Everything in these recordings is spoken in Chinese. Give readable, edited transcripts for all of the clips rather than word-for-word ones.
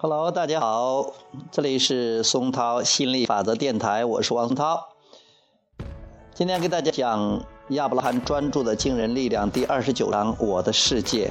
Hello， 大家好，这里是松涛心理法则电台，我是王松涛。今天给大家讲亚伯拉罕专注的惊人力量第29章，我的世界。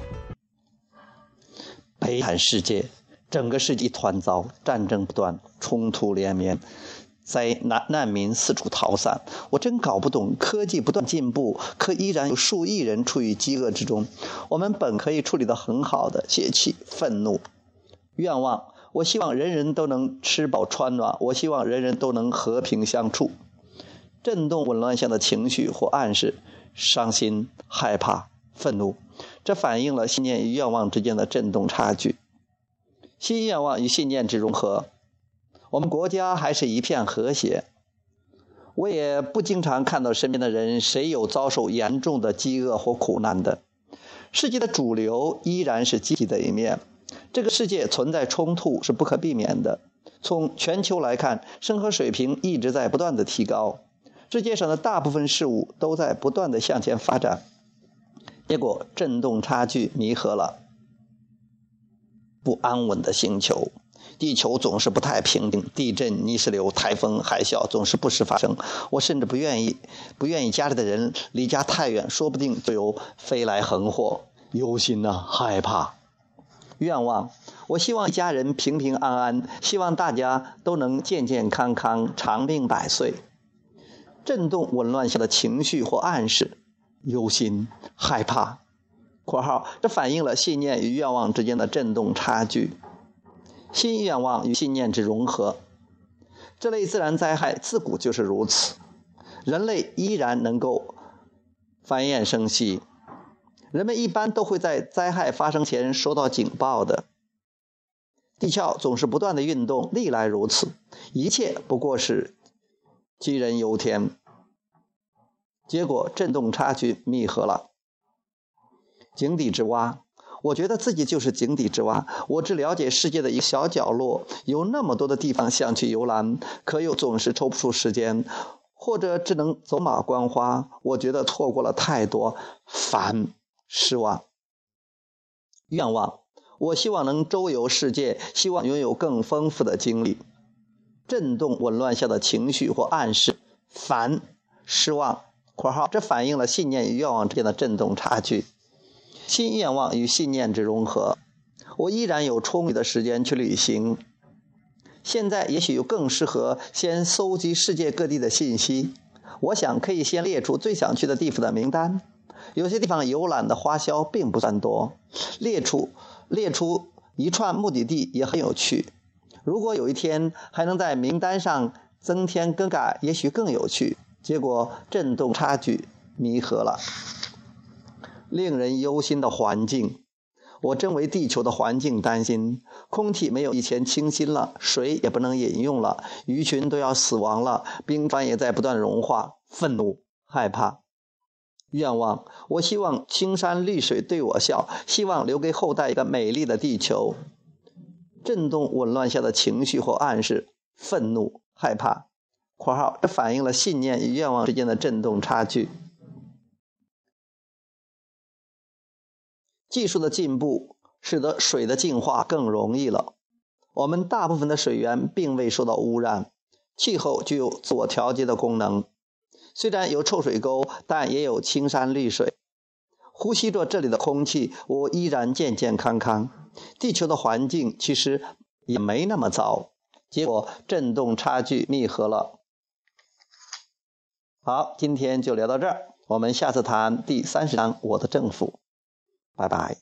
悲惨世界，整个世界一团糟，战争不断，冲突连绵，难民四处逃散。我真搞不懂，科技不断进步，可依然有数亿人处于饥饿之中。我们本可以处理得很好的泄气、愤怒、愿望，我希望人人都能吃饱穿暖，我希望人人都能和平相处。震动紊乱下的情绪或暗示，伤心、害怕、愤怒，这反映了信念与愿望之间的震动差距。新愿望与信念之融合，我们国家还是一片和谐。我也不经常看到身边的人谁有遭受严重的饥饿或苦难的。世界的主流依然是积极的一面，这个世界存在冲突是不可避免的。从全球来看，生活水平一直在不断的提高，世界上的大部分事物都在不断的向前发展，结果震动差距弥合了不安稳的星球。地球总是不太平静，地震、泥石流、台风、海啸总是不时发生。我甚至不愿意家里的人离家太远，说不定就有飞来横祸，忧心啊，害怕。愿望，我希望一家人平平安安，希望大家都能健健康康，长命百岁。震动紊乱下的情绪或暗示，忧心、害怕括号，这反映了信念与愿望之间的震动差距。新愿望与信念之融合，这类自然灾害自古就是如此，人类依然能够繁衍生息，人们一般都会在灾害发生前收到警报的。地壳总是不断的运动，历来如此，一切不过是杞人忧天，结果震动差距弥合了。井底之蛙，我觉得自己就是井底之蛙，我只了解世界的一个小角落，有那么多的地方想去游览，可又总是抽不出时间，或者只能走马观花。我觉得错过了太多，烦，失望。愿望，我希望能周游世界，希望拥有更丰富的经历。震动紊乱下的情绪或暗示，烦，失望括号，这反映了信念与愿望之间的震动差距。新愿望与信念之融合，我依然有充裕的时间去旅行。现在也许有更适合先搜集世界各地的信息，我想可以先列出最想去的地方的名单。有些地方游览的花销并不算多，列出一串目的地也很有趣。如果有一天还能在名单上增添更改，也许更有趣。结果震动差距弥合了。令人忧心的环境，我真为地球的环境担心。空气没有以前清新了，水也不能饮用了，鱼群都要死亡了，冰川也在不断融化。愤怒、害怕。愿望，我希望青山绿水对我笑，希望留给后代一个美丽的地球。震动紊乱下的情绪或暗示，愤怒、害怕括号，这反映了信念与愿望之间的震动差距。技术的进步使得水的净化更容易了，我们大部分的水源并未受到污染，气候具有自我调节的功能。虽然有臭水沟，但也有青山绿水。呼吸着这里的空气，我依然健健康康。地球的环境其实也没那么糟，结果震动差距弥合了。好，今天就聊到这儿，我们下次谈第30章我的政府。拜拜。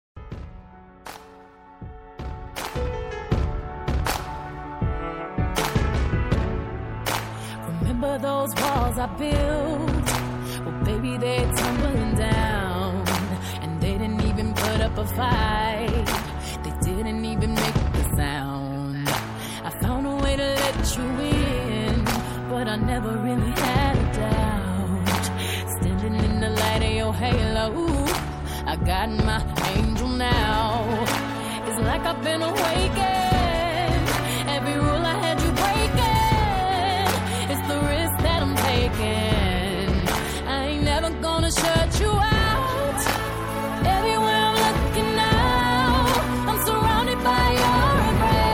Remember those walls I built? Well, baby, they're tumbling down, and they didn't even put up a fight. They didn't even make a sound. I found a way to let you in, but I never really had a doubt. Standing in the light of your halo, I got my angel now. It's like I've been awakened. Every rule I had you breaking, it's the risk that I'm taking. I ain't never gonna shut you out. Everywhere I'm looking now, I'm surrounded by your embrace.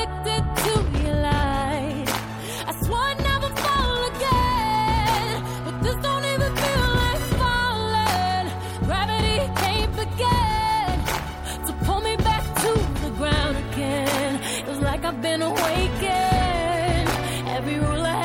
addicted to your light. I swore I'd never fall again, but this don't even feel like falling. Gravity can't begin to pull me back to the ground again. It was like I've been awakened. Every rule I